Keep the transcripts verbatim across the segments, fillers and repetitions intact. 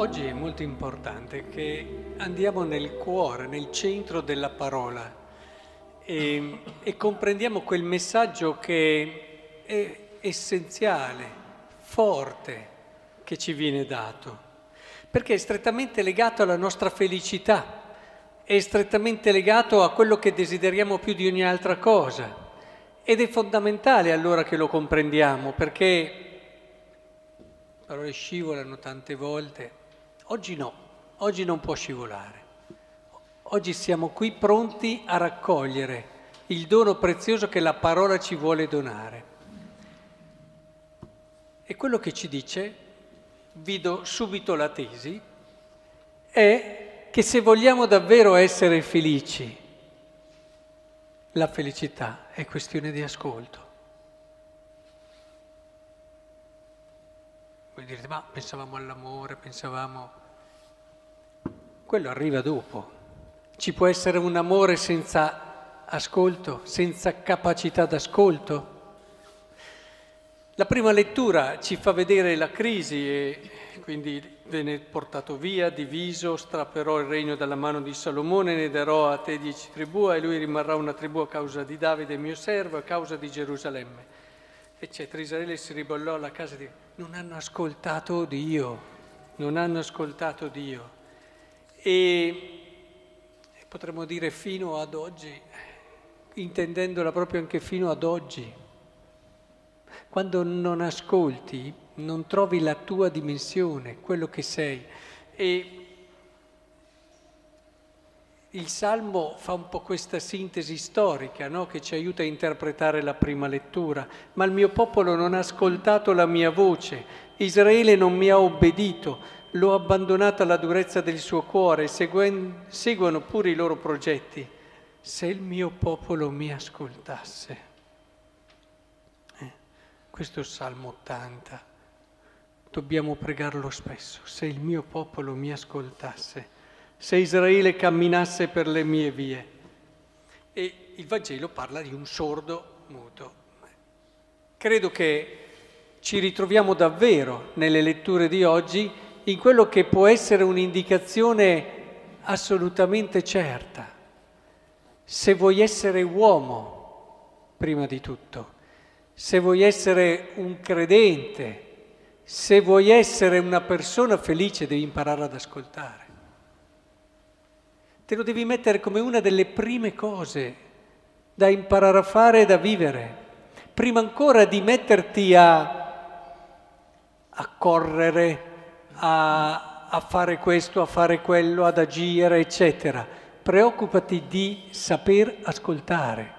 Oggi è molto importante che andiamo nel cuore, nel centro della parola e, e comprendiamo quel messaggio che è essenziale, forte, che ci viene dato, perché è strettamente legato alla nostra felicità, è strettamente legato a quello che desideriamo più di ogni altra cosa ed è fondamentale allora che lo comprendiamo, perché le parole scivolano tante volte. Oggi no, oggi non può scivolare. Oggi siamo qui pronti a raccogliere il dono prezioso che la parola ci vuole donare. E quello che ci dice, vi do subito la tesi, è che se vogliamo davvero essere felici, la felicità è questione di ascolto. Voi direte, ma pensavamo all'amore, pensavamo... Quello arriva dopo. Ci può essere un amore senza ascolto, senza capacità d'ascolto? La prima lettura ci fa vedere la crisi e quindi venne portato via, diviso, strapperò il regno dalla mano di Salomone, ne darò a te dieci tribù e lui rimarrà una tribù a causa di Davide mio servo, a causa di Gerusalemme, eccetera. Israele si ribellò alla casa di... Non hanno ascoltato Dio, non hanno ascoltato Dio. E potremmo dire fino ad oggi, intendendola proprio anche fino ad oggi. Quando non ascolti, non trovi la tua dimensione, quello che sei. E il Salmo fa un po' questa sintesi storica, no? Che ci aiuta a interpretare la prima lettura. Ma il mio popolo non ha ascoltato la mia voce, Israele non mi ha obbedito, l'ho abbandonata alla durezza del suo cuore, seguen- seguono pure i loro progetti. Se il mio popolo mi ascoltasse. Eh, questo è il Salmo ottanta. Dobbiamo pregarlo spesso. Se il mio popolo mi ascoltasse, se Israele camminasse per le mie vie. E il Vangelo parla di un sordo muto. Credo che ci ritroviamo davvero nelle letture di oggi in quello che può essere un'indicazione assolutamente certa. Se vuoi essere uomo, prima di tutto, se vuoi essere un credente, se vuoi essere una persona felice, devi imparare ad ascoltare. Te lo devi mettere come una delle prime cose da imparare a fare e da vivere. Prima ancora di metterti a, a correre, A, a fare questo, a fare quello, ad agire, eccetera. Preoccupati di saper ascoltare.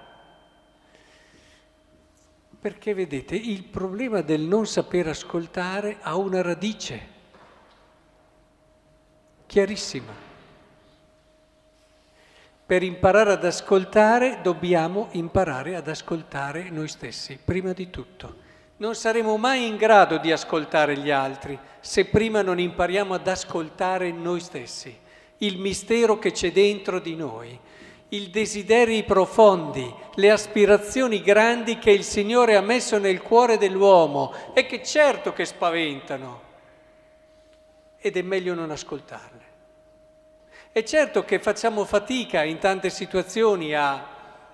Perché vedete, il problema del non saper ascoltare ha una radice chiarissima. Per imparare ad ascoltare dobbiamo imparare ad ascoltare noi stessi, prima di tutto. Non saremo mai in grado di ascoltare gli altri se prima non impariamo ad ascoltare noi stessi, il mistero che c'è dentro di noi, i desideri profondi, le aspirazioni grandi che il Signore ha messo nel cuore dell'uomo e che certo che spaventano, ed è meglio non ascoltarle. È certo che facciamo fatica in tante situazioni a,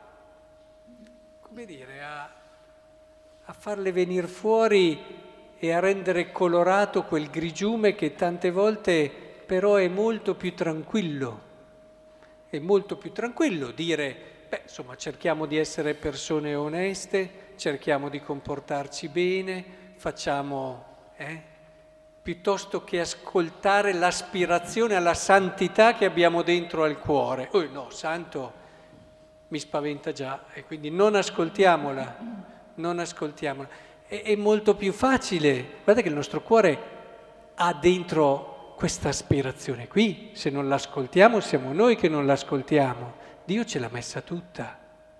come dire, a... a farle venire fuori e a rendere colorato quel grigiume che tante volte però è molto più tranquillo. È molto più tranquillo dire, beh, insomma, cerchiamo di essere persone oneste, cerchiamo di comportarci bene, facciamo, eh, piuttosto che ascoltare l'aspirazione alla santità che abbiamo dentro al cuore. Oh no, santo mi spaventa già e quindi non ascoltiamola. Non ascoltiamola. È, è molto più facile. Guardate che il nostro cuore ha dentro questa aspirazione qui. Se non l'ascoltiamo siamo noi che non l'ascoltiamo. Dio ce l'ha messa tutta.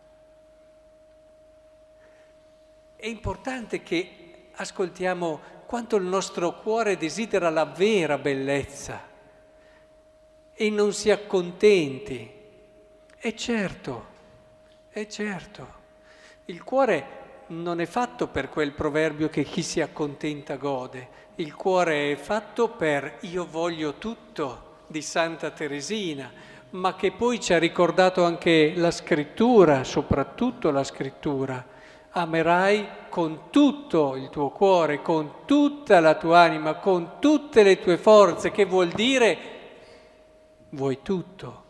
È importante che ascoltiamo quanto il nostro cuore desidera la vera bellezza e non si accontenti. E certo, è certo, il cuore non è fatto per quel proverbio che chi si accontenta gode. Il cuore è fatto per io voglio tutto di Santa Teresina, ma che poi ci ha ricordato anche la scrittura, soprattutto la scrittura. Amerai con tutto il tuo cuore, con tutta la tua anima, con tutte le tue forze, che vuol dire vuoi tutto.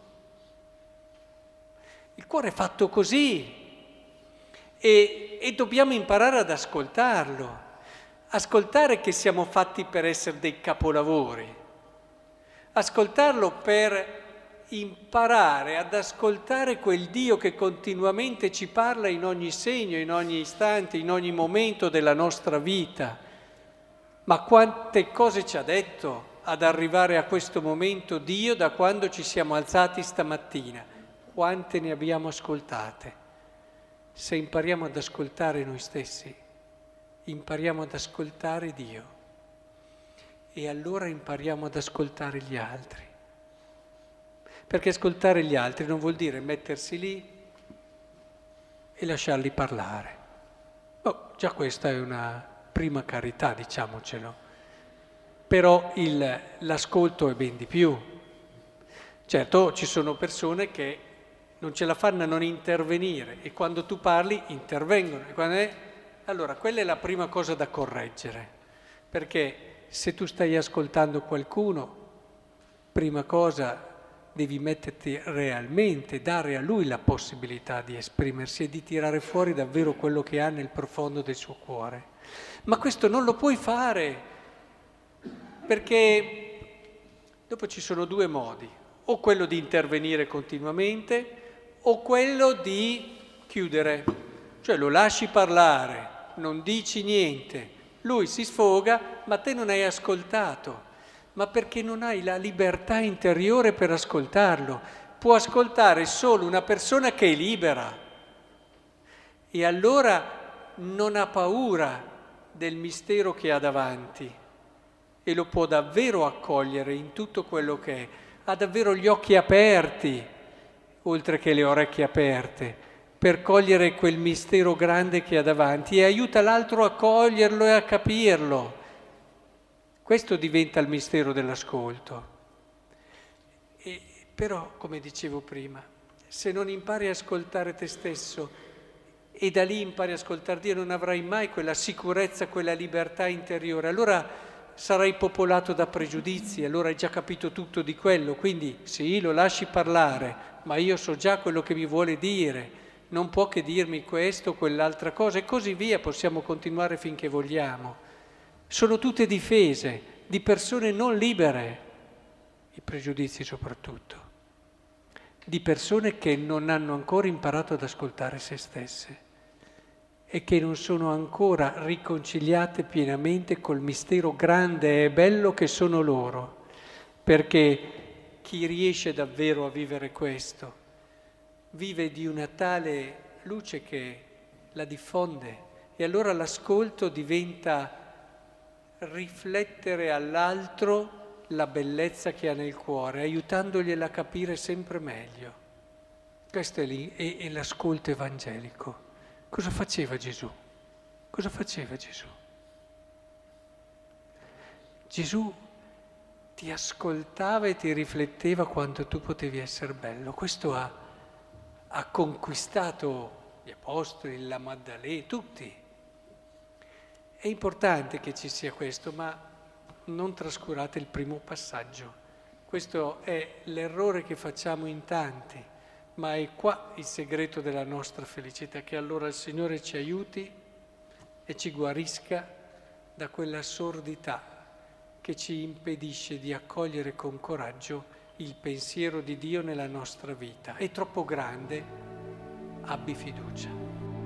Il cuore è fatto così e, e dobbiamo imparare ad ascoltarlo, ascoltare che siamo fatti per essere dei capolavori, ascoltarlo per imparare ad ascoltare quel Dio che continuamente ci parla in ogni segno, in ogni istante, in ogni momento della nostra vita. Ma quante cose ci ha detto ad arrivare a questo momento Dio da quando ci siamo alzati stamattina? Quante ne abbiamo ascoltate? Se impariamo ad ascoltare noi stessi, impariamo ad ascoltare Dio e allora impariamo ad ascoltare gli altri. Perché ascoltare gli altri non vuol dire mettersi lì e lasciarli parlare. Oh, già questa è una prima carità, diciamocelo. Però il, l'ascolto è ben di più. Certo, ci sono persone che non ce la fanno a non intervenire e quando tu parli intervengono. E quando è... Allora, quella è la prima cosa da correggere. Perché se tu stai ascoltando qualcuno, prima cosa devi metterti realmente, dare a lui la possibilità di esprimersi e di tirare fuori davvero quello che ha nel profondo del suo cuore. Ma questo non lo puoi fare, perché dopo ci sono due modi, o quello di intervenire continuamente, o quello di chiudere, cioè lo lasci parlare, non dici niente, lui si sfoga, ma te non hai ascoltato. Ma perché non hai la libertà interiore per ascoltarlo. Può ascoltare solo una persona che è libera e allora non ha paura del mistero che ha davanti e lo può davvero accogliere in tutto quello che è. Ha davvero gli occhi aperti, oltre che le orecchie aperte, per cogliere quel mistero grande che ha davanti e aiuta l'altro a coglierlo e a capirlo. Questo diventa il mistero dell'ascolto. E, però, come dicevo prima, se non impari a ascoltare te stesso e da lì impari a ascoltare Dio, non avrai mai quella sicurezza, quella libertà interiore. Allora sarai popolato da pregiudizi, allora hai già capito tutto di quello. Quindi sì, lo lasci parlare, ma io so già quello che mi vuole dire. Non può che dirmi questo o quell'altra cosa e così via. Possiamo continuare finché vogliamo. Sono tutte difese di persone non libere, i pregiudizi soprattutto, di persone che non hanno ancora imparato ad ascoltare se stesse e che non sono ancora riconciliate pienamente col mistero grande e bello che sono loro, perché chi riesce davvero a vivere questo vive di una tale luce che la diffonde e allora l'ascolto diventa riflettere all'altro la bellezza che ha nel cuore, aiutandogliela a capire sempre meglio. Questo è, lì, è, è l'ascolto evangelico. Cosa faceva Gesù? Cosa faceva Gesù? Gesù ti ascoltava e ti rifletteva quanto tu potevi essere bello. Questo ha, ha conquistato gli apostoli, la Maddalena, tutti. È importante che ci sia questo, ma non trascurate il primo passaggio. Questo è l'errore che facciamo in tanti, ma è qua il segreto della nostra felicità, che allora il Signore ci aiuti e ci guarisca da quella sordità che ci impedisce di accogliere con coraggio il pensiero di Dio nella nostra vita. È troppo grande, abbi fiducia.